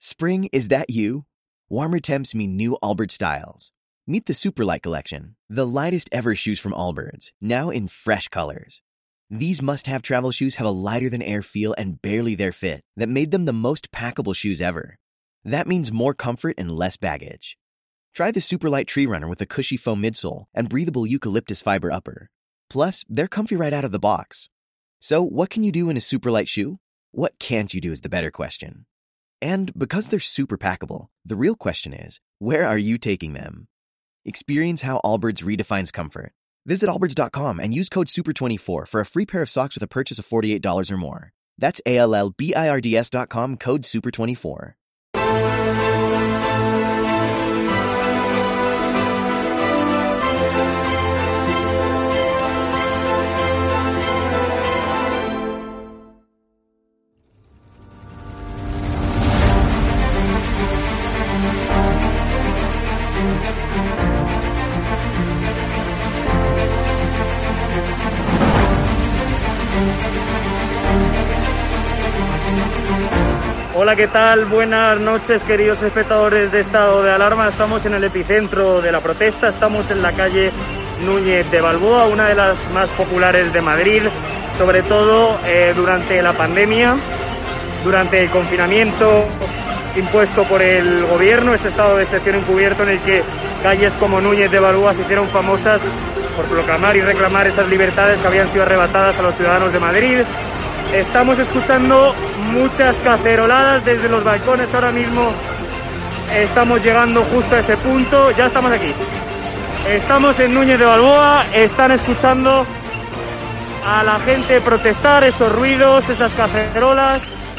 Spring, is that you? Warmer temps mean new Allbirds styles. Meet the Superlight Collection, the lightest ever shoes from Allbirds, now in fresh colors. These must-have travel shoes have a lighter-than-air feel and barely their fit that made them the most packable shoes ever. That means more comfort and less baggage. Try the Superlight Tree Runner with a cushy foam midsole and breathable eucalyptus fiber upper. Plus, they're comfy right out of the box. So, what can you do in a Superlight shoe? What can't you do is the better question. And because they're super packable, the real question is, where are you taking them? Experience how Allbirds redefines comfort. Visit allbirds.com and use code SUPER24 for a free pair of socks with a purchase of $48 or more. That's ALLBIRDS.com, code SUPER24. Hola, ¿qué tal? Buenas noches, queridos espectadores de Estado de Alarma. Estamos en el epicentro de la protesta, estamos en la calle Núñez de Balboa, una de las más populares de Madrid, sobre todo durante la pandemia, durante el confinamiento impuesto por el gobierno, ese estado de excepción encubierto en el que calles como Núñez de Balboa se hicieron famosas por proclamar y reclamar esas libertades que habían sido arrebatadas a los ciudadanos de Madrid. Estamos escuchando muchas caceroladas desde los balcones ahora mismo. Estamos llegando justo a ese punto. Ya estamos aquí. Estamos en Núñez de Balboa. Están escuchando a la gente protestar, esos ruidos, esas cacerolas.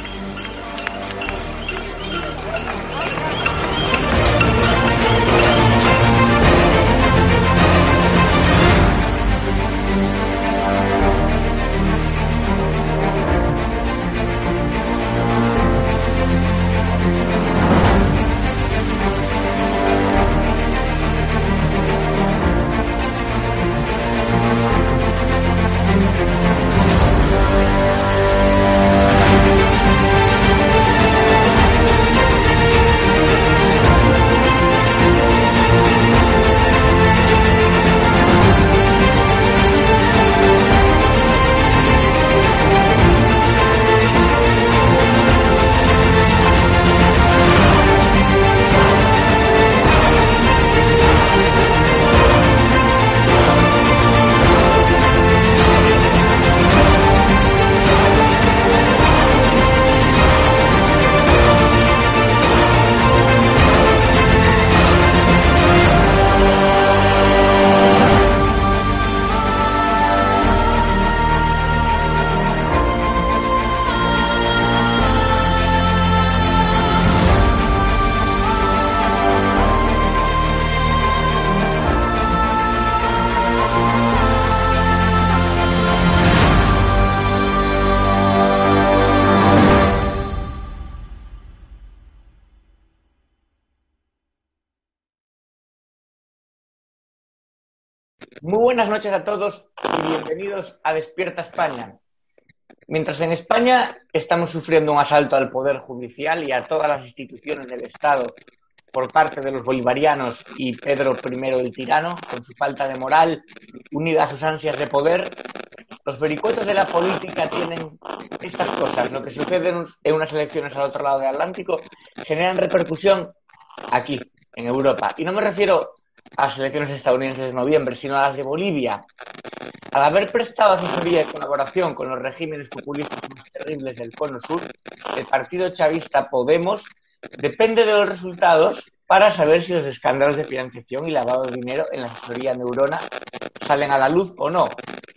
Muy buenas noches a todos y bienvenidos a Despierta España. Mientras en España estamos sufriendo un asalto al Poder Judicial y a todas las instituciones del Estado por parte de los bolivarianos y Pedro I el tirano, con su falta de moral, unida a sus ansias de poder, los vericuetos de la política tienen estas cosas. Lo que sucede en unas elecciones al otro lado del Atlántico generan repercusión aquí, en Europa. Y no me refiero a las elecciones estadounidenses de noviembre, sino a las de Bolivia. Al haber prestado asesoría y colaboración con los regímenes populistas más terribles del Cono Sur, el partido chavista Podemos depende de los resultados para saber si los escándalos de financiación y lavado de dinero en la asesoría Neurona salen a la luz o no.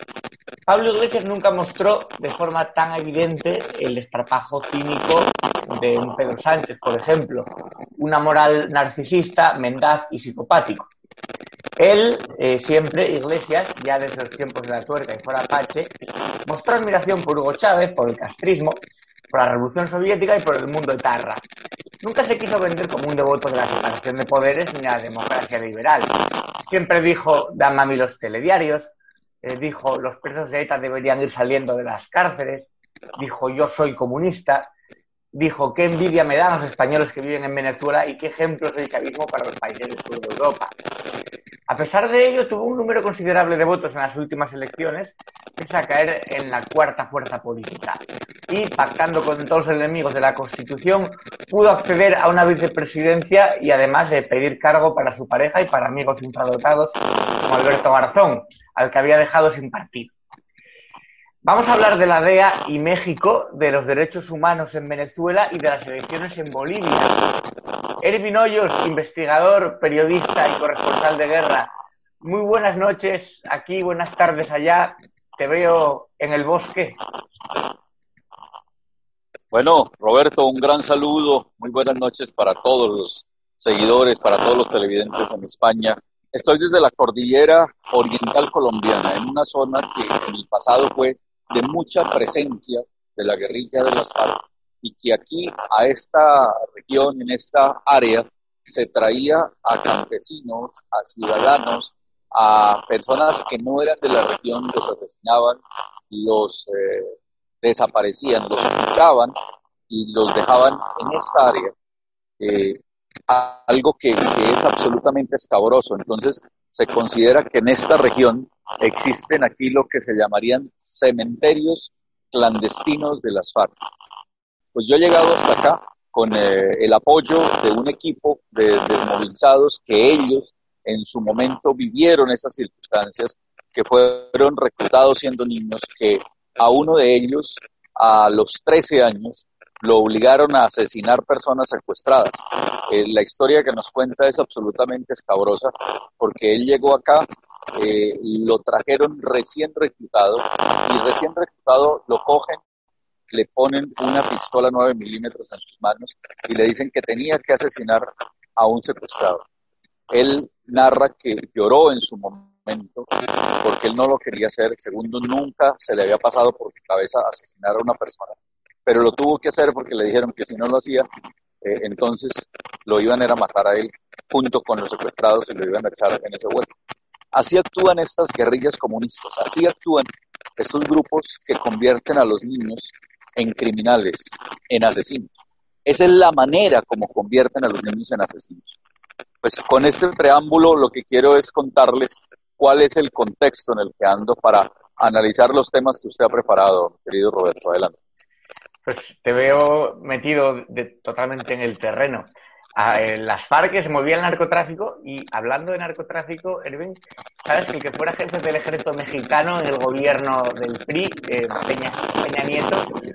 Pablo Iglesias nunca mostró de forma tan evidente el desparpajo cínico de un Pedro Sánchez, por ejemplo, una moral narcisista, mendaz y psicopático. Él, siempre, Iglesias, ya desde los tiempos de la tuerca y fuera Apache, mostró admiración por Hugo Chávez, por el castrismo, por la Revolución Soviética y por el mundo etarra. Nunca se quiso vender como un devoto de la separación de poderes ni la democracia liberal. Siempre dijo, dan a mí los telediarios, dijo, los presos de ETA deberían ir saliendo de las cárceles, dijo, yo soy comunista. dijo: qué envidia me dan los españoles que viven en Venezuela y qué ejemplos del chavismo para los países del sur de Europa. A pesar de ello, tuvo un número considerable de votos en las últimas elecciones, pese a caer en la cuarta fuerza política. Y, pactando con todos los enemigos de la Constitución, pudo acceder a una vicepresidencia y además de pedir cargo para su pareja y para amigos infradotados como Alberto Garzón, al que había dejado sin partido. Vamos a hablar de la DEA y México, de los derechos humanos en Venezuela y de las elecciones en Bolivia. Ervin Hoyos, investigador, periodista y corresponsal de guerra. Muy buenas noches aquí, buenas tardes allá. Te veo en el bosque. Bueno, Roberto, un gran saludo. Muy buenas noches para todos los seguidores, para todos los televidentes en España. Estoy desde la cordillera oriental colombiana, en una zona que en el pasado fue de mucha presencia de la guerrilla de las FARC y que aquí, a esta región, en esta área, se traía a campesinos, a ciudadanos, a personas que no eran de la región, los asesinaban y los desaparecían, los escuchaban y los dejaban en esta área. Algo que es absolutamente escabroso. Entonces, se considera que en esta región existen aquí lo que se llamarían cementerios clandestinos de las FARC. Pues yo he llegado hasta acá con el apoyo de un equipo de desmovilizados que ellos en su momento vivieron estas circunstancias, que fueron reclutados siendo niños, que a uno de ellos a los 13 años lo obligaron a asesinar personas secuestradas. La historia que nos cuenta es absolutamente escabrosa, porque él llegó acá, lo trajeron recién reclutado, y recién reclutado lo cogen, le ponen una pistola 9 milímetros en sus manos y le dicen que tenía que asesinar a un secuestrado. Él narra que lloró en su momento porque él no lo quería hacer. Segundo, nunca se le había pasado por su cabeza asesinar a una persona, pero lo tuvo que hacer porque le dijeron que si no lo hacía, entonces lo iban a matar a él junto con los secuestrados y lo iban a echar en ese hueco. Así actúan estas guerrillas comunistas, así actúan estos grupos que convierten a los niños en criminales, en asesinos. Esa es la manera como convierten a los niños en asesinos. Pues con este preámbulo lo que quiero es contarles cuál es el contexto en el que ando para analizar los temas que usted ha preparado, querido Roberto. Adelante. Pues te veo metido totalmente en el terreno. Las FARC se movía el narcotráfico y, hablando de narcotráfico, Ervin, sabes que el que fuera jefe del ejército mexicano en el gobierno del PRI, Peña Nieto,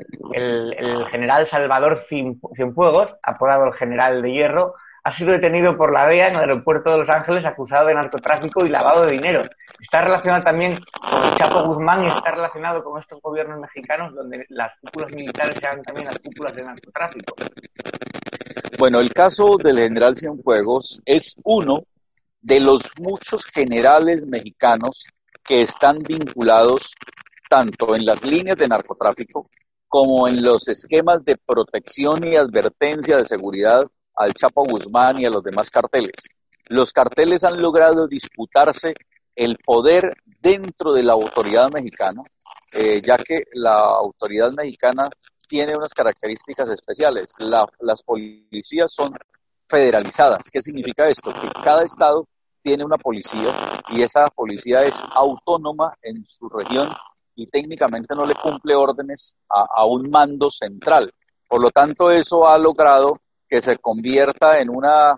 el general Salvador Cienfuegos, apodado el General de Hierro, ha sido detenido por la DEA en el aeropuerto de Los Ángeles acusado de narcotráfico y lavado de dinero. Está relacionado también con el Chapo Guzmán y está relacionado con estos gobiernos mexicanos donde las cúpulas militares sean también las cúpulas de narcotráfico. Bueno, el caso del general Cienfuegos es uno de los muchos generales mexicanos que están vinculados tanto en las líneas de narcotráfico como en los esquemas de protección y advertencia de seguridad al Chapo Guzmán y a los demás carteles. Los carteles han logrado disputarse el poder dentro de la autoridad mexicana, ya que la autoridad mexicana tiene unas características especiales. Las policías son federalizadas. ¿Qué significa esto? Que cada estado tiene una policía y esa policía es autónoma en su región y técnicamente no le cumple órdenes a un mando central. Por lo tanto, eso ha logrado que se convierta en una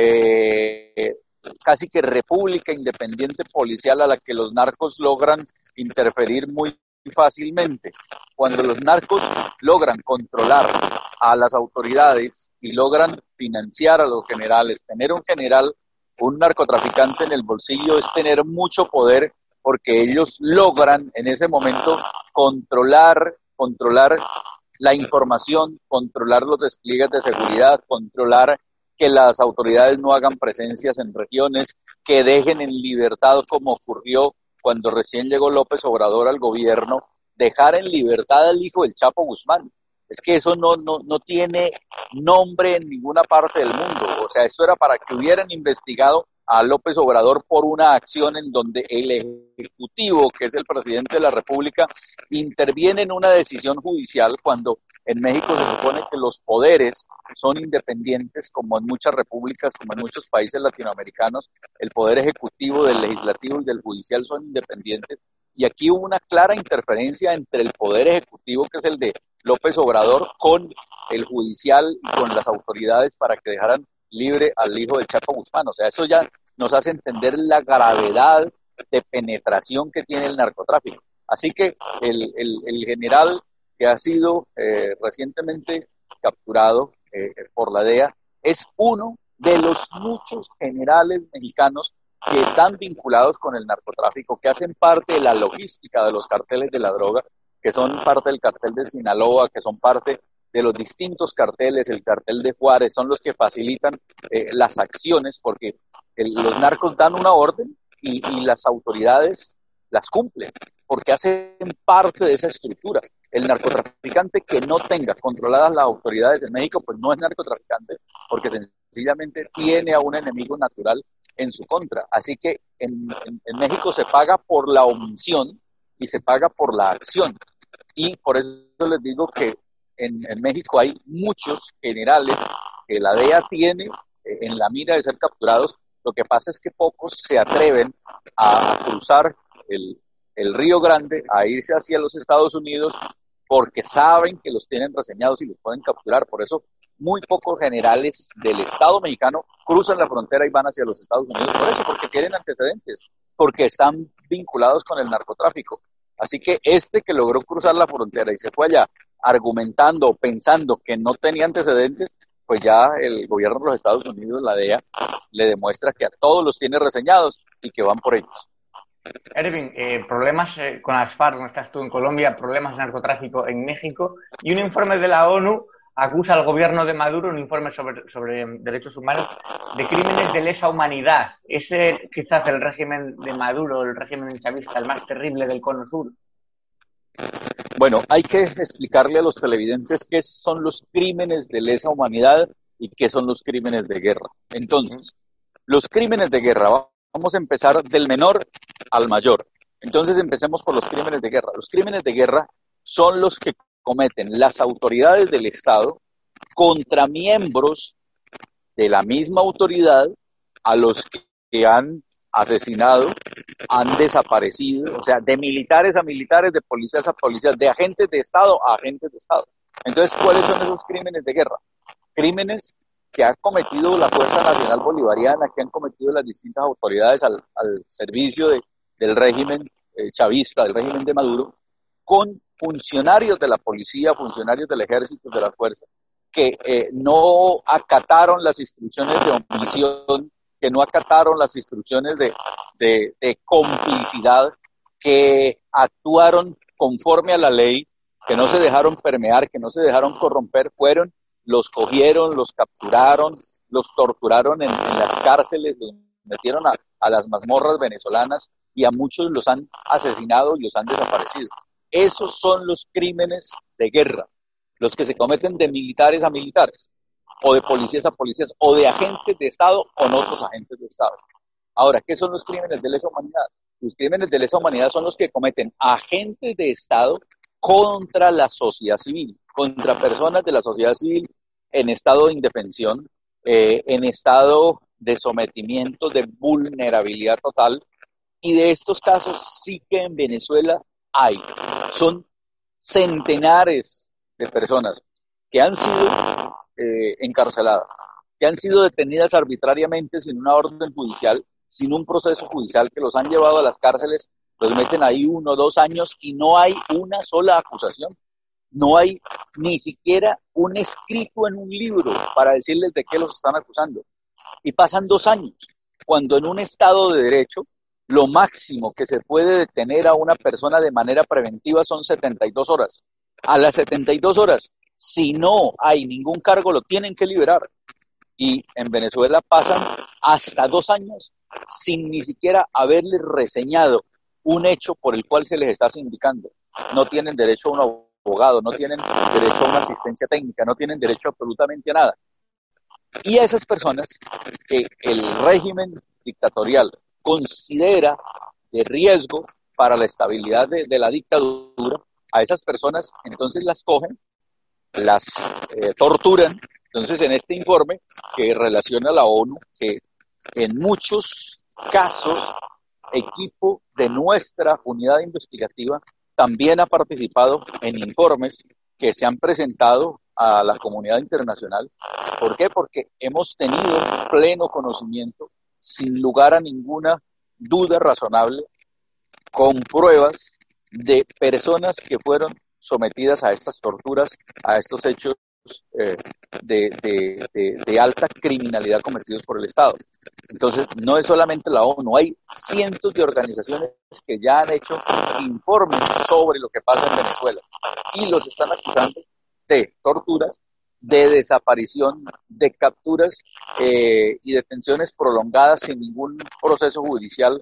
casi que república independiente policial a la que los narcos logran interferir muy fácilmente. Cuando los narcos logran controlar a las autoridades y logran financiar a los generales, tener un general, un narcotraficante en el bolsillo es tener mucho poder, porque ellos logran en ese momento controlar la información, controlar los despliegues de seguridad, controlar que las autoridades no hagan presencias en regiones, que dejen en libertad, como ocurrió cuando recién llegó López Obrador al gobierno, dejar en libertad al hijo del Chapo Guzmán. Es que eso no tiene nombre en ninguna parte del mundo. O sea, esto era para que hubieran investigado a López Obrador por una acción en donde el Ejecutivo, que es el presidente de la República, interviene en una decisión judicial cuando En México se supone que los poderes son independientes, como en muchas repúblicas, como en muchos países latinoamericanos, el poder ejecutivo, del legislativo y del judicial son independientes. Y aquí hubo una clara interferencia entre el poder ejecutivo, que es el de López Obrador, con el judicial y con las autoridades para que dejaran libre al hijo de Chapo Guzmán. O sea, eso ya nos hace entender la gravedad de penetración que tiene el narcotráfico. Así que el general que ha sido recientemente capturado por la DEA es uno de los muchos generales mexicanos que están vinculados con el narcotráfico, que hacen parte de la logística de los carteles de la droga, que son parte del cartel de Sinaloa, que son parte de los distintos carteles, el cartel de Juárez, son los que facilitan las acciones, porque los narcos dan una orden y las autoridades las cumplen, porque hacen parte de esa estructura. El narcotraficante que no tenga controladas las autoridades en México, pues no es narcotraficante, porque sencillamente tiene a un enemigo natural en su contra. Así que en México se paga por la omisión y se paga por la acción. Y por eso les digo que en México hay muchos generales que la DEA tiene en la mira de ser capturados. Lo que pasa es que pocos se atreven a cruzar el Río Grande, a irse hacia los Estados Unidos, porque saben que los tienen reseñados y los pueden capturar. Por eso muy pocos generales del Estado mexicano cruzan la frontera y van hacia los Estados Unidos. Por eso, porque tienen antecedentes, porque están vinculados con el narcotráfico. Así que este que logró cruzar la frontera y se fue allá argumentando o pensando que no tenía antecedentes, pues ya el gobierno de los Estados Unidos, la DEA, le demuestra que a todos los tiene reseñados y que van por ellos. Ervin, problemas con las FARC, no estás tú en Colombia, problemas de narcotráfico en México, y un informe de la ONU acusa al gobierno de Maduro, un informe sobre derechos humanos, de crímenes de lesa humanidad. Ese quizás el régimen de Maduro, el régimen chavista, el más terrible del Cono Sur. Bueno, hay que explicarle a los televidentes qué son los crímenes de lesa humanidad y qué son los crímenes de guerra. Entonces, los crímenes de guerra, vamos a empezar del menor al mayor. Entonces empecemos por los crímenes de guerra. Los crímenes de guerra son los que cometen las autoridades del Estado contra miembros de la misma autoridad a los que han asesinado, han desaparecido, o sea, de militares a militares, de policías a policías, de agentes de Estado a agentes de Estado. Entonces, ¿cuáles son esos crímenes de guerra? Crímenes que ha cometido la Fuerza Nacional Bolivariana, que han cometido las distintas autoridades al servicio del régimen chavista, del régimen de Maduro, con funcionarios de la policía, funcionarios del ejército, de las fuerzas, que no acataron las instrucciones de omisión, que no acataron las instrucciones de complicidad, que actuaron conforme a la ley, que no se dejaron permear, que no se dejaron corromper, los cogieron, los capturaron, los torturaron en las cárceles, los metieron a las mazmorras venezolanas y a muchos los han asesinado y los han desaparecido. Esos son los crímenes de guerra, los que se cometen de militares a militares, o de policías a policías, o de agentes de Estado con otros agentes de Estado. Ahora, ¿qué son los crímenes de lesa humanidad? Los crímenes de lesa humanidad son los que cometen agentes de Estado contra la sociedad civil, contra personas de la sociedad civil en estado de indefensión, en estado de sometimiento, de vulnerabilidad total. Y de estos casos sí que en Venezuela hay. Son centenares de personas que han sido encarceladas, que han sido detenidas arbitrariamente sin una orden judicial, sin un proceso judicial, que los han llevado a las cárceles, los meten ahí 1 o 2 años y no hay una sola acusación. No hay ni siquiera un escrito en un libro para decirles de qué los están acusando. Y pasan 2 años, cuando en un Estado de Derecho, lo máximo que se puede detener a una persona de manera preventiva son 72 horas. A las 72 horas, si no hay ningún cargo, lo tienen que liberar. Y en Venezuela pasan hasta 2 años sin ni siquiera haberles reseñado un hecho por el cual se les está sindicando. No tienen derecho a un abogado, no tienen derecho a una asistencia técnica, no tienen derecho absolutamente a nada. Y a esas personas que el régimen dictatorial considera de riesgo para la estabilidad de la dictadura, a esas personas entonces las cogen las torturan. Entonces, en este informe que relaciona la ONU, que en muchos casos equipo de nuestra unidad investigativa también ha participado en informes que se han presentado a la comunidad internacional. ¿Por qué? Porque hemos tenido pleno conocimiento, sin lugar a ninguna duda razonable, con pruebas de personas que fueron sometidas a estas torturas, a estos hechos de alta criminalidad cometidos por el Estado. Entonces, no es solamente la ONU, hay cientos de organizaciones que ya han hecho informes sobre lo que pasa en Venezuela y los están acusando de torturas, de desaparición, de capturas y detenciones prolongadas sin ningún proceso judicial.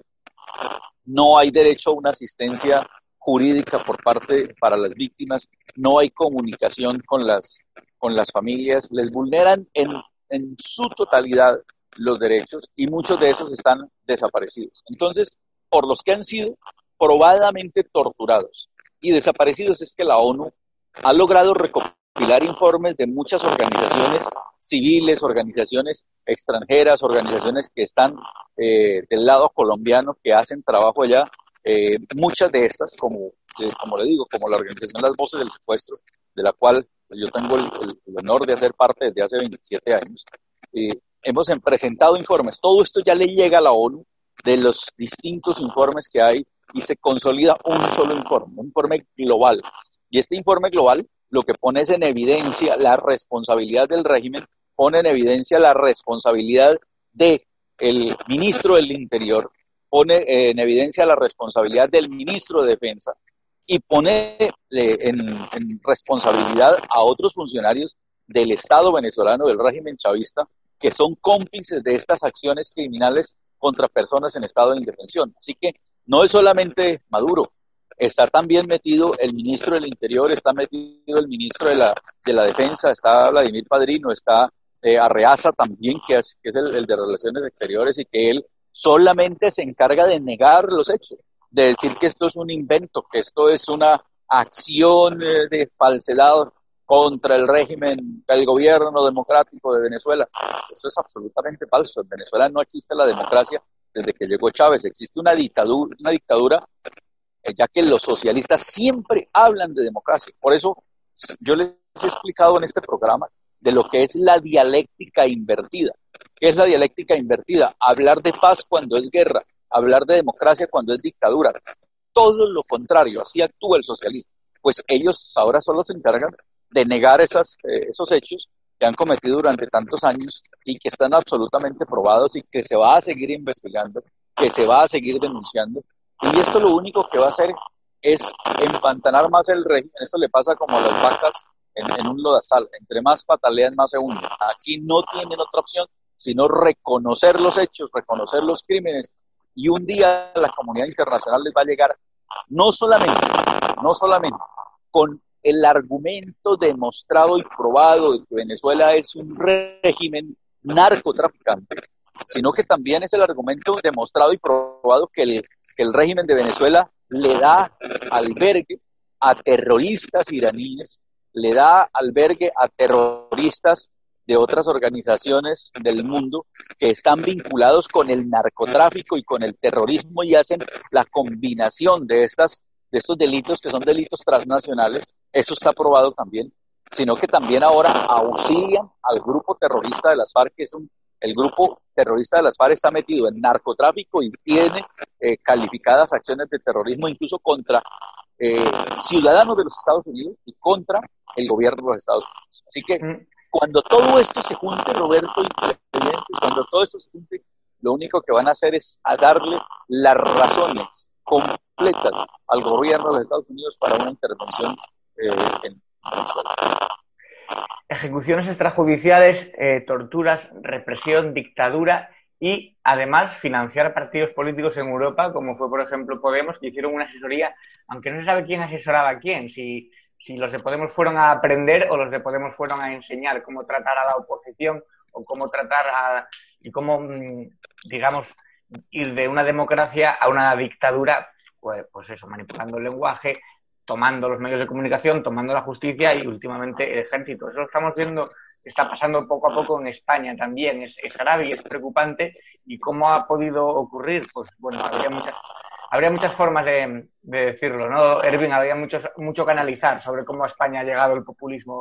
No hay derecho a una asistencia jurídica por parte para las víctimas, no hay comunicación con las familias, les vulneran en su totalidad los derechos y muchos de esos están desaparecidos. Entonces, por los que han sido probadamente torturados y desaparecidos es que la ONU ha logrado recopilar informes de muchas organizaciones civiles, organizaciones extranjeras, organizaciones que están del lado colombiano, que hacen trabajo allá. Muchas de estas, como le digo, como la organización Las Voces del Secuestro, de la cual yo tengo el honor de hacer parte desde hace 27 años, hemos presentado informes. Todo esto ya le llega a la ONU de los distintos informes que hay y se consolida un solo informe, un informe global. Y este informe global lo que pone es en evidencia la responsabilidad del régimen, pone en evidencia la responsabilidad del ministro del Interior, pone en evidencia la responsabilidad del ministro de Defensa y pone en responsabilidad a otros funcionarios del Estado venezolano, del régimen chavista, que son cómplices de estas acciones criminales contra personas en estado de indefensión. Así que no es solamente Maduro, está también metido el ministro del Interior, está metido el ministro de la Defensa, está Vladimir Padrino, está Arreaza también, que es el de Relaciones Exteriores, y que él solamente se encarga de negar los hechos, de decir que esto es un invento, que esto es una acción de falsedad contra el régimen, el gobierno democrático de Venezuela. Eso es absolutamente falso. En Venezuela no existe la democracia desde que llegó Chávez, existe una dictadura, ya que los socialistas siempre hablan de democracia. Por eso yo les he explicado en este programa de lo que es la dialéctica invertida. ¿Qué es la dialéctica invertida? Hablar de paz cuando es guerra, hablar de democracia cuando es dictadura. Todo lo contrario, así actúa el socialismo. Pues ellos ahora solo se encargan de negar esos hechos que han cometido durante tantos años y que están absolutamente probados y que se va a seguir investigando, que se va a seguir denunciando. Y esto lo único que va a hacer es empantanar más el régimen. Esto le pasa como a las vacas en un lodazal. Entre más patalean, más se hunden. Aquí no tienen otra opción sino reconocer los hechos, reconocer los crímenes. Y un día la comunidad internacional les va a llegar no solamente con el argumento demostrado y probado de que Venezuela es un régimen narcotraficante, sino que también es el argumento demostrado y probado que el régimen de Venezuela le da albergue a terroristas iraníes, le da albergue a terroristas de otras organizaciones del mundo que están vinculados con el narcotráfico y con el terrorismo y hacen la combinación de estos delitos que son delitos transnacionales. Eso está probado también, sino que también ahora auxilian al grupo terrorista de las FARC, que el grupo terrorista de las FARC está metido en narcotráfico y tiene calificadas acciones de terrorismo incluso contra ciudadanos de los Estados Unidos y contra el gobierno de los Estados Unidos. Así que cuando todo esto se junte, Roberto y presidente, cuando todo esto se junte, lo único que van a hacer es a darle las razones completas al gobierno de los Estados Unidos para una intervención en Venezuela. Ejecuciones extrajudiciales, torturas, represión, dictadura y además financiar partidos políticos en Europa, como fue por ejemplo Podemos, que hicieron una asesoría, aunque no se sabe quién asesoraba a quién, si los de Podemos fueron a aprender o los de Podemos fueron a enseñar cómo tratar a la oposición o cómo tratar y cómo, digamos, ir de una democracia a una dictadura, pues eso, manipulando el lenguaje, tomando los medios de comunicación, tomando la justicia y últimamente el ejército. Eso lo estamos viendo que está pasando poco a poco en España también. Es grave y es preocupante. ¿Y cómo ha podido ocurrir? Pues bueno, habría muchas formas de decirlo, ¿no, Erwin? Habría mucho que analizar sobre cómo a España ha llegado el populismo.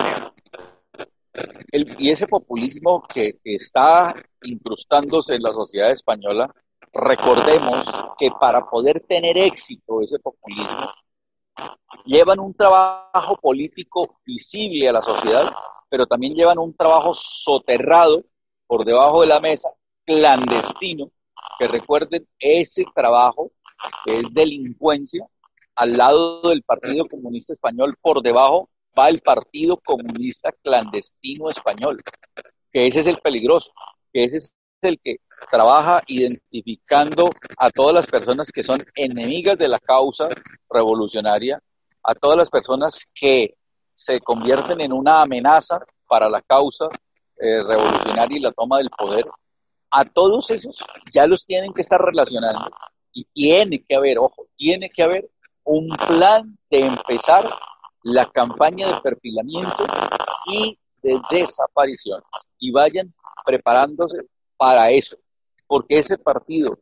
Y ese populismo que está incrustándose en la sociedad española, recordemos que para poder tener éxito ese populismo, llevan un trabajo político visible a la sociedad, pero también llevan un trabajo soterrado por debajo de la mesa, clandestino, que recuerden, ese trabajo es delincuencia. Al lado del Partido Comunista Español, por debajo, va el Partido Comunista Clandestino Español, que ese es el peligroso, que ese es el que trabaja identificando a todas las personas que son enemigas de la causa revolucionaria, a todas las personas que se convierten en una amenaza para la causa revolucionaria y la toma del poder. A todos esos ya los tienen que estar relacionando y tiene que haber, ojo, tiene que haber un plan de empezar la campaña de perfilamiento y de desapariciones y vayan preparándose para eso, porque ese partido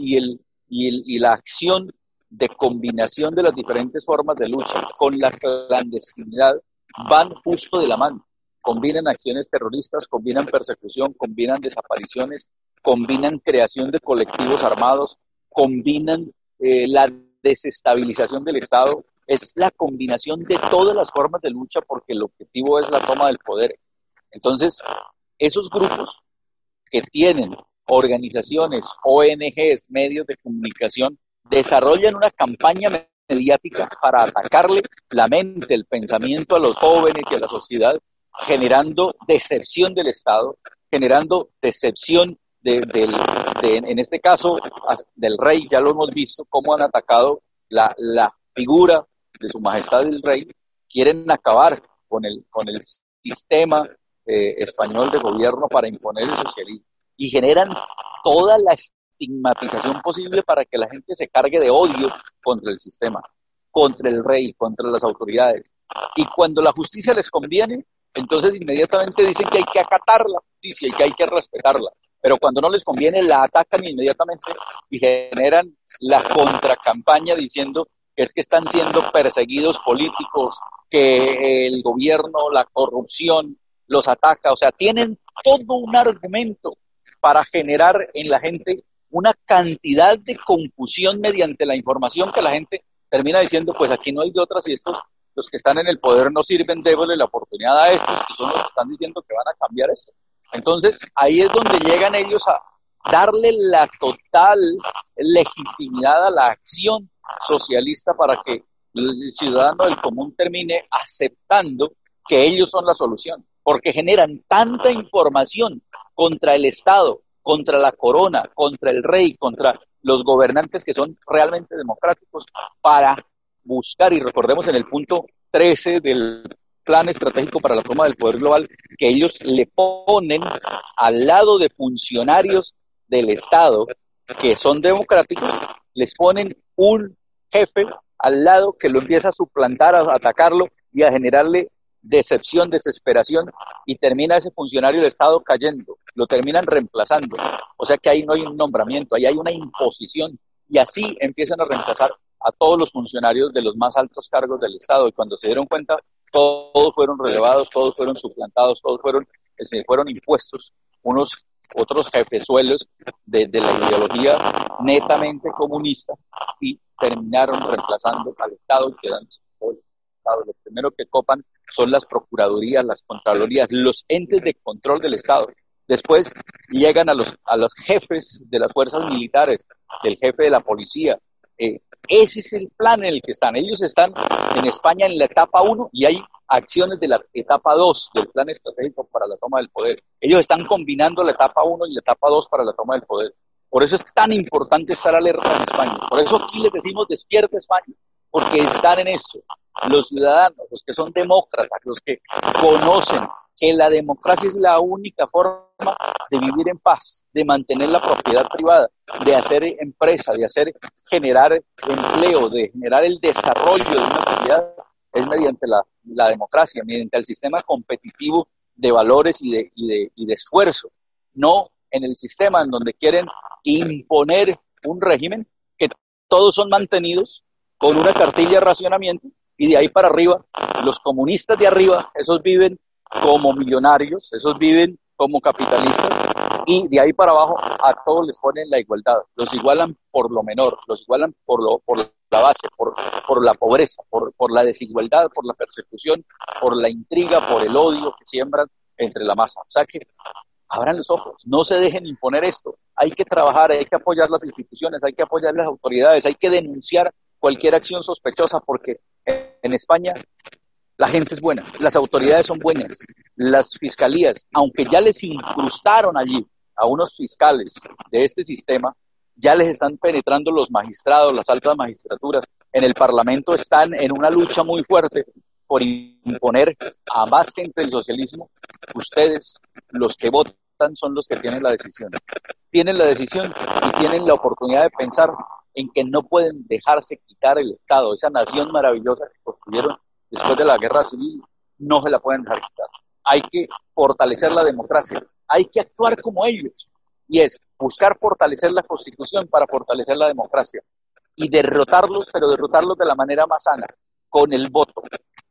y la acción de combinación de las diferentes formas de lucha con la clandestinidad van justo de la mano. Combinan acciones terroristas, combinan persecución, combinan desapariciones, combinan creación de colectivos armados, combinan la desestabilización del Estado. Es la combinación de todas las formas de lucha porque el objetivo es la toma del poder. Entonces, esos grupos que tienen organizaciones, ONGs, medios de comunicación, desarrollan una campaña mediática para atacarle la mente, el pensamiento a los jóvenes y a la sociedad, generando decepción del Estado, generando decepción en este caso, del rey. Ya lo hemos visto, cómo han atacado la figura de su majestad el rey. Quieren acabar con el sistema español de gobierno para imponer el socialismo y generan toda la estigmatización posible para que la gente se cargue de odio contra el sistema, contra el rey, contra las autoridades. Y cuando la justicia les conviene, entonces inmediatamente dicen que hay que acatar la justicia y que hay que respetarla. Pero cuando no les conviene, la atacan inmediatamente y generan la contracampaña diciendo que es que están siendo perseguidos políticos, que el gobierno, la corrupción los ataca. O sea, tienen todo un argumento para generar en la gente una cantidad de confusión mediante la información que la gente termina diciendo, pues aquí no hay de otras y estos, los que están en el poder no sirven, démosle la oportunidad a estos que son los que están diciendo que van a cambiar esto. Entonces, ahí es donde llegan ellos a darle la total legitimidad a la acción socialista para que el ciudadano del común termine aceptando que ellos son la solución, porque generan tanta información contra el Estado, contra la corona, contra el rey, contra los gobernantes que son realmente democráticos, para buscar, y recordemos en el punto 13 del Plan Estratégico para la Toma del Poder Global, que ellos le ponen al lado de funcionarios del Estado que son democráticos, les ponen un jefe al lado que lo empieza a suplantar, a atacarlo y a generarle decepción, desesperación, y termina ese funcionario del Estado cayendo, lo terminan reemplazando. O sea que ahí no hay un nombramiento, ahí hay una imposición, y así empiezan a reemplazar a todos los funcionarios de los más altos cargos del Estado, y cuando se dieron cuenta, todos fueron relevados, todos fueron suplantados, se fueron impuestos otros jefezuelos de la ideología netamente comunista, y terminaron reemplazando al Estado y quedándose todo el Estado. Lo primero que copan son las procuradurías, las contralorías, los entes de control del Estado. Después llegan a los jefes de las fuerzas militares, el jefe de la policía. Ese es el plan en el que están. Ellos están en España en la etapa 1 y hay acciones de la etapa 2 del Plan Estratégico para la Toma del Poder. Ellos están combinando la etapa 1 y la etapa 2 para la toma del poder. Por eso es tan importante estar alerta en España. Por eso aquí les decimos despierta España, porque están en esto. Los ciudadanos, los que son demócratas, los que conocen que la democracia es la única forma de vivir en paz, de mantener la propiedad privada, de hacer empresa, de generar empleo, de generar el desarrollo de una sociedad, es mediante la democracia, mediante el sistema competitivo de valores y de esfuerzo, no en el sistema en donde quieren imponer un régimen que todos son mantenidos con una cartilla de racionamiento y de ahí para arriba, los comunistas de arriba, esos viven como millonarios, esos viven como capitalistas y de ahí para abajo a todos les ponen la igualdad, los igualan por lo menor, los igualan por la base, por la pobreza, por la desigualdad, por la persecución, por la intriga, por el odio que siembran entre la masa. O sea que abran los ojos, no se dejen imponer esto, hay que trabajar, hay que apoyar las instituciones, hay que apoyar las autoridades, hay que denunciar cualquier acción sospechosa porque en España la gente es buena, las autoridades son buenas, las fiscalías, aunque ya les incrustaron allí a unos fiscales de este sistema, ya les están penetrando los magistrados, las altas magistraturas, en el Parlamento están en una lucha muy fuerte por imponer a más gente del socialismo. Ustedes, los que votan, son los que tienen la decisión. Tienen la decisión y tienen la oportunidad de pensar en que no pueden dejarse quitar el Estado, esa nación maravillosa que construyeron después de la guerra civil, no se la pueden dejar quitar. Hay que fortalecer la democracia, hay que actuar como ellos, y es buscar fortalecer la Constitución para fortalecer la democracia, y derrotarlos, pero derrotarlos de la manera más sana, con el voto,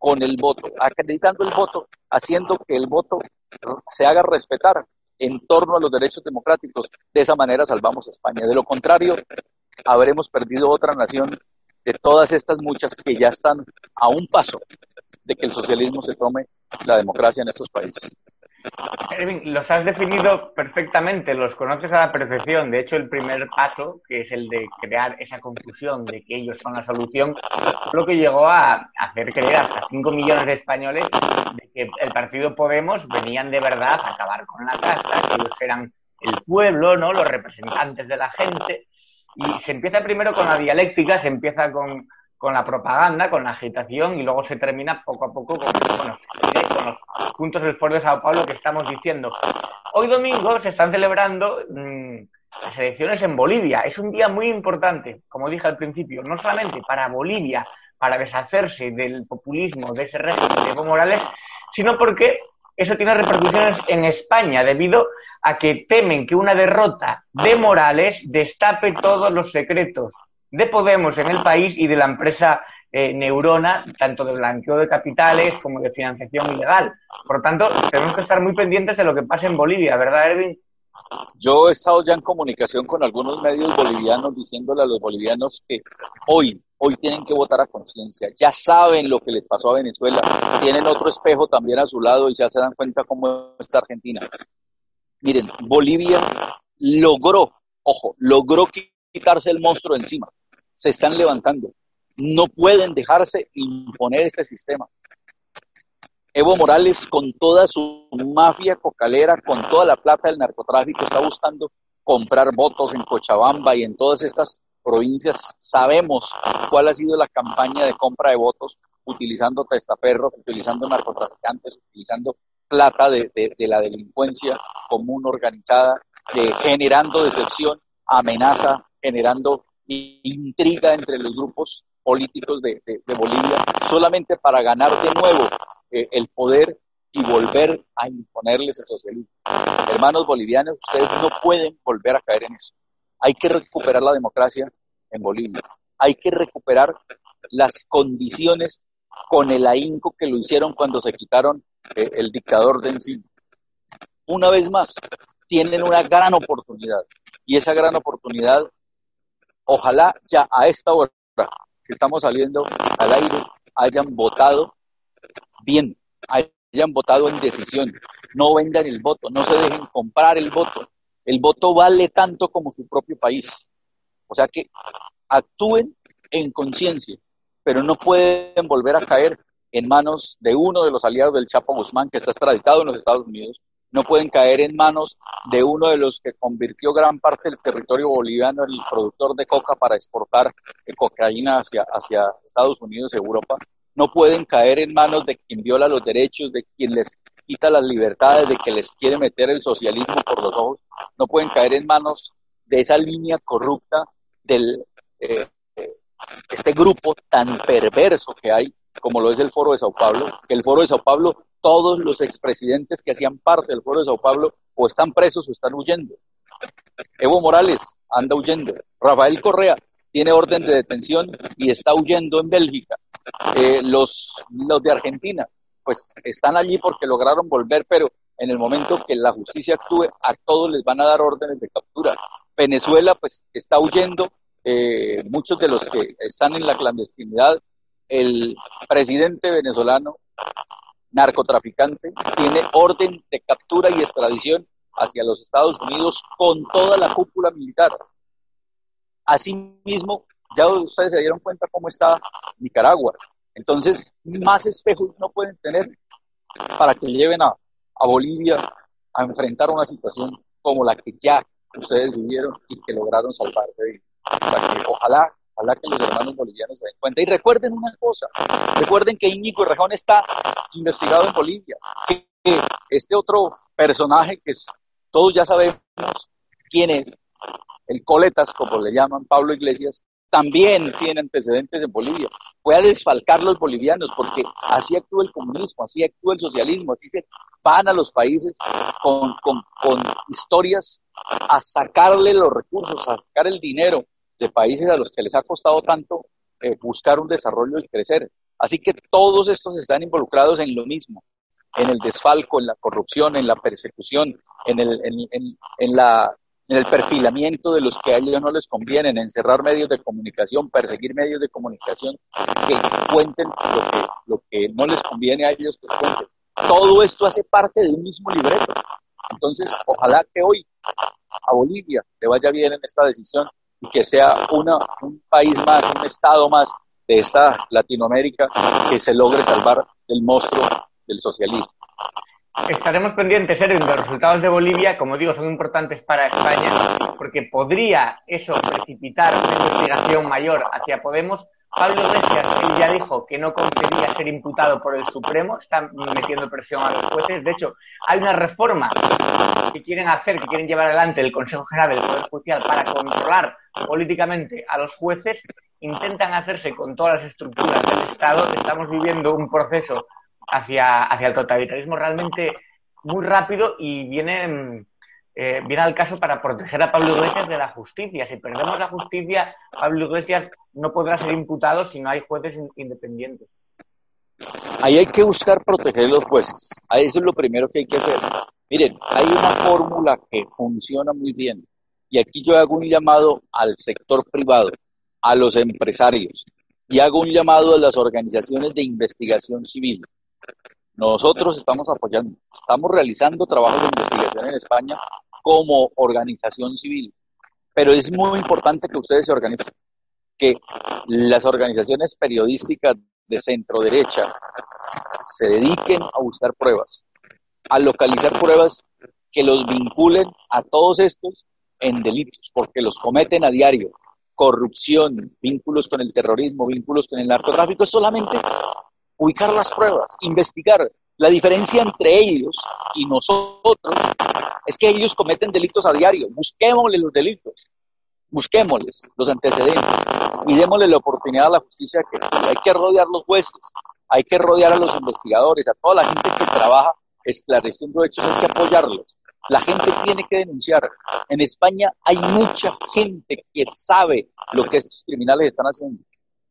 acreditando el voto, haciendo que el voto se haga respetar en torno a los derechos democráticos. De esa manera salvamos a España. De lo contrario, habremos perdido otra nación de todas estas muchas que ya están a un paso de que el socialismo se tome la democracia en estos países. Erwin, los has definido perfectamente, los conoces a la perfección. De hecho, el primer paso, que es el de crear esa confusión de que ellos son la solución, lo que llegó a hacer creer hasta 5 millones de españoles de que el partido Podemos venían de verdad a acabar con la casta, que ellos eran el pueblo, ¿no?, los representantes de la gente. Y se empieza primero con la dialéctica, se empieza con la propaganda, con la agitación, y luego se termina poco a poco con los puntos del Foro de Sao Paulo que estamos diciendo. Hoy domingo se están celebrando las elecciones en Bolivia. Es un día muy importante, como dije al principio, no solamente para Bolivia, para deshacerse del populismo de ese régimen de Evo Morales, sino porque eso tiene repercusiones en España, debido a que temen que una derrota de Morales destape todos los secretos de Podemos en el país y de la empresa Neurona, tanto de blanqueo de capitales como de financiación ilegal. Por tanto, tenemos que estar muy pendientes de lo que pasa en Bolivia, ¿verdad, Erwin? Yo he estado ya en comunicación con algunos medios bolivianos diciéndole a los bolivianos que hoy tienen que votar a conciencia. Ya saben lo que les pasó a Venezuela, tienen otro espejo también a su lado y ya se dan cuenta cómo está Argentina. Miren, Bolivia logró quitarse el monstruo de encima. Se están levantando. No pueden dejarse imponer ese sistema. Evo Morales, con toda su mafia cocalera, con toda la plata del narcotráfico, está buscando comprar votos en Cochabamba y en todas estas provincias. Sabemos cuál ha sido la campaña de compra de votos, utilizando testaferros, utilizando narcotraficantes, utilizando plata de la delincuencia común organizada, generando decepción, amenaza, generando intriga entre los grupos políticos de Bolivia, solamente para ganar de nuevo el poder y volver a imponerles el socialismo. Hermanos bolivianos, ustedes no pueden volver a caer en eso. Hay que recuperar la democracia en Bolivia. Hay que recuperar las condiciones con el ahínco que lo hicieron cuando se quitaron el dictador de encima. Una vez más, tienen una gran oportunidad, y esa gran oportunidad, ojalá ya a esta hora que estamos saliendo al aire, hayan votado bien, hayan votado en decisión. No vendan el voto, no se dejen comprar el voto. El voto vale tanto como su propio país. O sea que actúen en conciencia, pero no pueden volver a caer en manos de uno de los aliados del Chapo Guzmán, que está extraditado en los Estados Unidos. No pueden caer en manos de uno de los que convirtió gran parte del territorio boliviano en el productor de coca para exportar cocaína hacia Estados Unidos y Europa. No pueden caer en manos de quien viola los derechos, de quien les quita las libertades, de que les quiere meter el socialismo por los ojos, no pueden caer en manos de esa línea corrupta del este grupo tan perverso que hay, como lo es el Foro de Sao Paulo, que el Foro de Sao Paulo, todos los expresidentes que hacían parte del Foro de Sao Paulo o están presos o están huyendo. Evo Morales anda huyendo. Rafael Correa tiene orden de detención y está huyendo en Bélgica. Los de Argentina, pues están allí porque lograron volver, pero en el momento que la justicia actúe, a todos les van a dar órdenes de captura. Venezuela, pues está huyendo. Muchos de los que están en la clandestinidad. El presidente venezolano, narcotraficante, tiene orden de captura y extradición hacia los Estados Unidos con toda la cúpula militar. Asimismo, ya ustedes se dieron cuenta cómo está Nicaragua. Entonces, más espejos no pueden tener para que lleven a Bolivia a enfrentar una situación como la que ya ustedes vivieron y que lograron salvarse de. Ojalá que los hermanos bolivianos se den cuenta. Y recuerden una cosa, recuerden que Íñigo Errejón está investigado en Bolivia, que este otro personaje que todos ya sabemos quién es, el Coletas, como le llaman, Pablo Iglesias, también tiene antecedentes en Bolivia. Fue a desfalcar los bolivianos, porque así actúa el comunismo, así actúa el socialismo, así se van a los países con historias a sacarle los recursos, a sacar el dinero de países a los que les ha costado tanto buscar un desarrollo y crecer. Así que todos estos están involucrados en lo mismo, en el desfalco, en la corrupción, en la persecución, en el perfilamiento de los que a ellos no les convienen, en cerrar medios de comunicación, perseguir medios de comunicación que cuenten lo que no les conviene a ellos que cuenten. Todo esto hace parte de un mismo libreto. Entonces, ojalá que hoy a Bolivia le vaya bien en esta decisión y que sea un país más, un estado más de esta Latinoamérica que se logre salvar del monstruo del socialismo. Estaremos pendientes, Erwin, de los resultados de Bolivia. Como digo, son importantes para España porque podría eso precipitar una investigación mayor hacia Podemos. Pablo Iglesias, él ya dijo que no concedía ser imputado por el Supremo, están metiendo presión a los jueces. De hecho, hay una reforma que quieren llevar adelante el Consejo General del Poder Judicial para controlar políticamente a los jueces. Intentan hacerse con todas las estructuras del Estado. Estamos viviendo un proceso hacia el totalitarismo realmente muy rápido y viene al caso para proteger a Pablo Iglesias de la justicia. Si perdemos la justicia, Pablo Iglesias no podrá ser imputado si no hay jueces independientes. Ahí hay que buscar proteger a los jueces. Eso es lo primero que hay que hacer. Miren, hay una fórmula que funciona muy bien. Y aquí yo hago un llamado al sector privado, a los empresarios, y hago un llamado a las organizaciones de investigación civil. Nosotros estamos apoyando, estamos realizando trabajos de investigación en España como organización civil, pero es muy importante que ustedes se organicen, que las organizaciones periodísticas de centro derecha se dediquen a buscar pruebas, a localizar pruebas que los vinculen a todos estos en delitos, porque los cometen a diario. Corrupción, vínculos con el terrorismo, vínculos con el narcotráfico, es solamente ubicar las pruebas, investigar. La diferencia entre ellos y nosotros es que ellos cometen delitos a diario. Busquémosle los delitos, busquémosles los antecedentes y démosle la oportunidad a la justicia que hay que rodear los jueces, hay que rodear a los investigadores, a toda la gente que trabaja esclareciendo hechos, hay que apoyarlos. La gente tiene que denunciar. En España hay mucha gente que sabe lo que estos criminales están haciendo,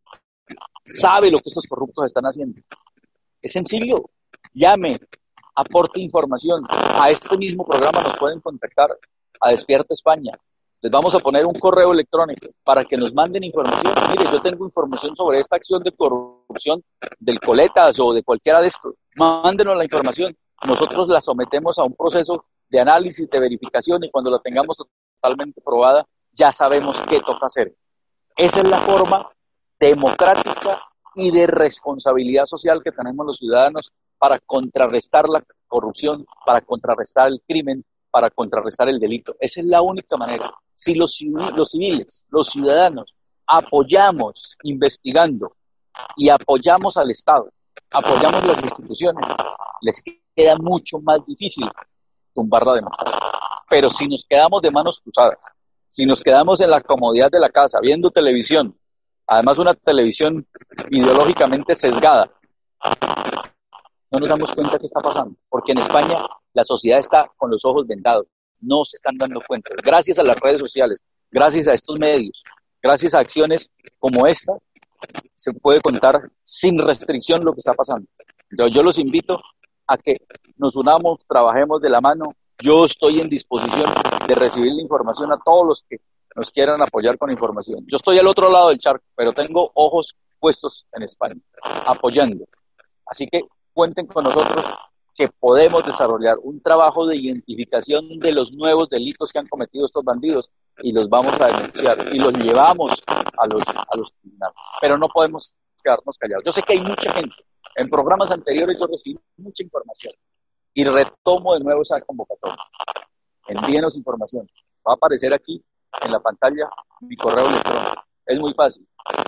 sabe lo que estos corruptos están haciendo. Es sencillo, llame, aporte información. A este mismo programa nos pueden contactar, a Despierta España. Les vamos a poner un correo electrónico para que nos manden información. Mire, yo tengo información sobre esta acción de corrupción del Coletas o de cualquiera de estos. Mándenos la información. Nosotros la sometemos a un proceso de análisis, de verificación, y cuando la tengamos totalmente probada, ya sabemos qué toca hacer. Esa es la forma democrática y de responsabilidad social que tenemos los ciudadanos para contrarrestar la corrupción, para contrarrestar el crimen, para contrarrestar el delito. Esa es la única manera. Si los civiles, los ciudadanos, apoyamos investigando y apoyamos al Estado, apoyamos las instituciones, les queda mucho más difícil tumbar la democracia. Pero si nos quedamos de manos cruzadas, si nos quedamos en la comodidad de la casa, viendo televisión, además una televisión ideológicamente sesgada, no nos damos cuenta de qué está pasando, porque en España la sociedad está con los ojos vendados, no se están dando cuenta. Gracias a las redes sociales, gracias a estos medios, gracias a acciones como esta, se puede contar sin restricción lo que está pasando. Entonces yo los invito a que nos unamos, trabajemos de la mano. Yo estoy en disposición de recibir la información a todos los que nos quieran apoyar con información. Yo estoy al otro lado del charco, pero tengo ojos puestos en España, apoyando. Así que cuenten con nosotros, que podemos desarrollar un trabajo de identificación de los nuevos delitos que han cometido estos bandidos y los vamos a denunciar y los llevamos a los tribunales. Pero no podemos quedarnos callados. Yo sé que hay mucha gente. En programas anteriores yo recibí mucha información y retomo de nuevo esa convocatoria. Envíenos información. Va a aparecer aquí en la pantalla mi correo electrónico. Es muy fácil.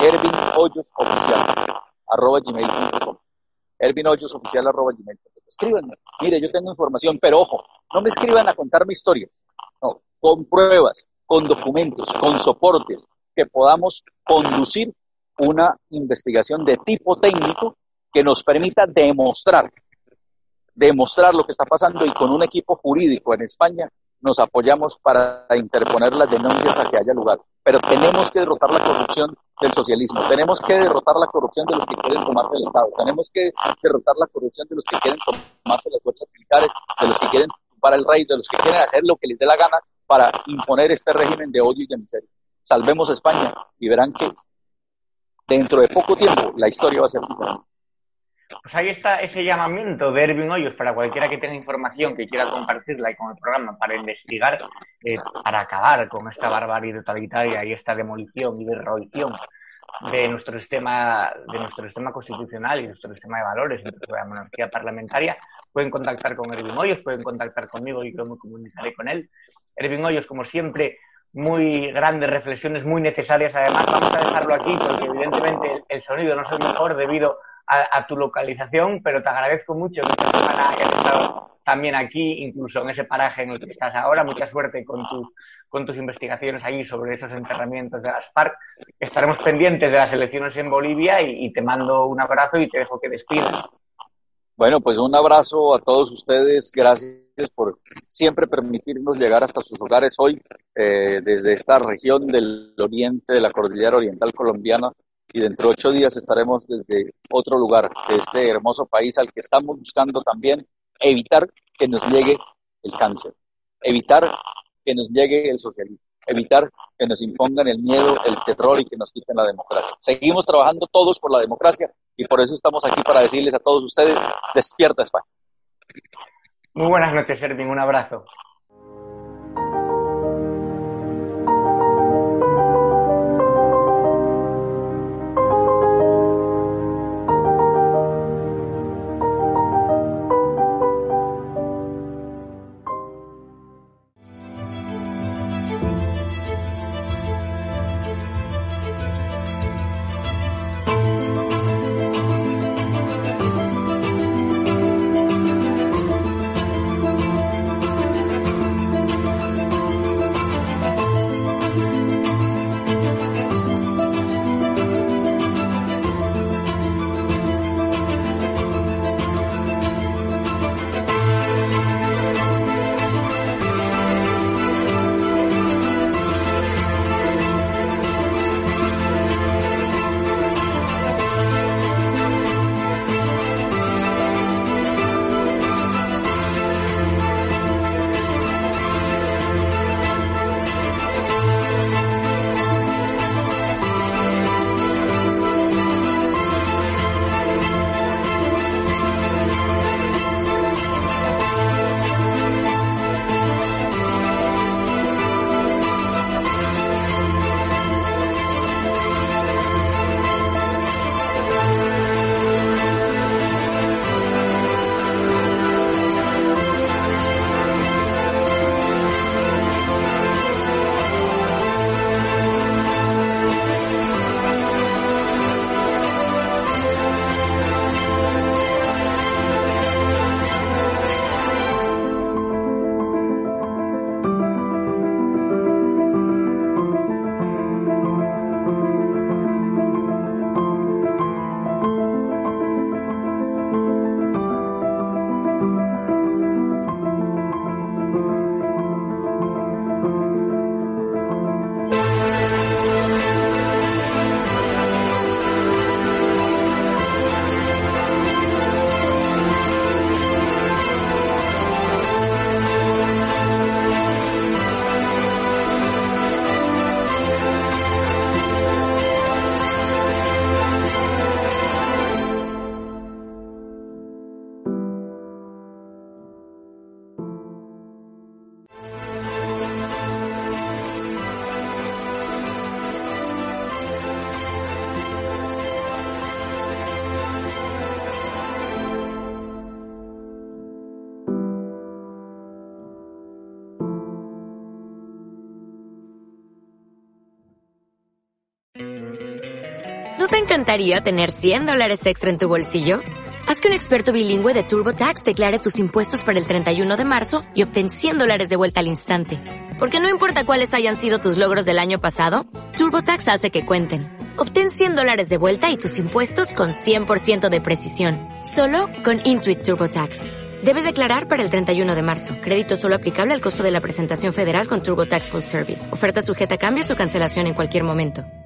ervinohoyosoficial@gmail.com. ervinohoyosoficial@gmail.com. Escríbanme. Mire, yo tengo información, pero ojo, no me escriban a contarme historias. No, con pruebas, con documentos, con soportes, que podamos conducir una investigación de tipo técnico que nos permita demostrar lo que está pasando, y con un equipo jurídico en España nos apoyamos para interponer las denuncias a que haya lugar. Pero tenemos que derrotar la corrupción del socialismo, tenemos que derrotar la corrupción de los que quieren tomarse el Estado, tenemos que derrotar la corrupción de los que quieren tomarse las fuerzas militares, de los que quieren tumbar el rey, de los que quieren hacer lo que les dé la gana para imponer este régimen de odio y de miseria. Salvemos a España y verán que dentro de poco tiempo la historia va a ser diferente. Pues ahí está ese llamamiento de Ervin Hoyos para cualquiera que tenga información que quiera compartirla y con el programa para investigar, para acabar con esta barbarie totalitaria y esta demolición y derroición de nuestro sistema constitucional y nuestro sistema de valores, de la monarquía parlamentaria. Pueden contactar con Ervin Hoyos, pueden contactar conmigo y yo me comunicaré con él. Ervin Hoyos, como siempre, muy grandes reflexiones, muy necesarias. Además, vamos a dejarlo aquí porque evidentemente el sonido no es el mejor debido a tu localización, pero te agradezco mucho que esta semana hayas estado también aquí, incluso en ese paraje en el que estás ahora. Mucha suerte con tus investigaciones allí sobre esos enterramientos de las FARC. Estaremos pendientes de las elecciones en Bolivia y te mando un abrazo y te dejo que despidas. Bueno, pues un abrazo a todos ustedes. Gracias por siempre permitirnos llegar hasta sus hogares hoy, desde esta región del oriente de la cordillera oriental colombiana. Y dentro de 8 días estaremos desde otro lugar de este hermoso país al que estamos buscando también evitar que nos llegue el cáncer, evitar que nos llegue el socialismo, evitar que nos impongan el miedo, el terror y que nos quiten la democracia. Seguimos trabajando todos por la democracia y por eso estamos aquí para decirles a todos ustedes: despierta España. Muy buenas noches, Ervin, un abrazo. ¿No te encantaría tener $100 extra en tu bolsillo? Haz que un experto bilingüe de TurboTax declare tus impuestos para el 31 de marzo y obtén $100 de vuelta al instante. Porque no importa cuáles hayan sido tus logros del año pasado, TurboTax hace que cuenten. Obtén $100 de vuelta y tus impuestos con 100% de precisión. Solo con Intuit TurboTax. Debes declarar para el 31 de marzo. Crédito solo aplicable al costo de la presentación federal con TurboTax Full Service. Oferta sujeta a cambios o cancelación en cualquier momento.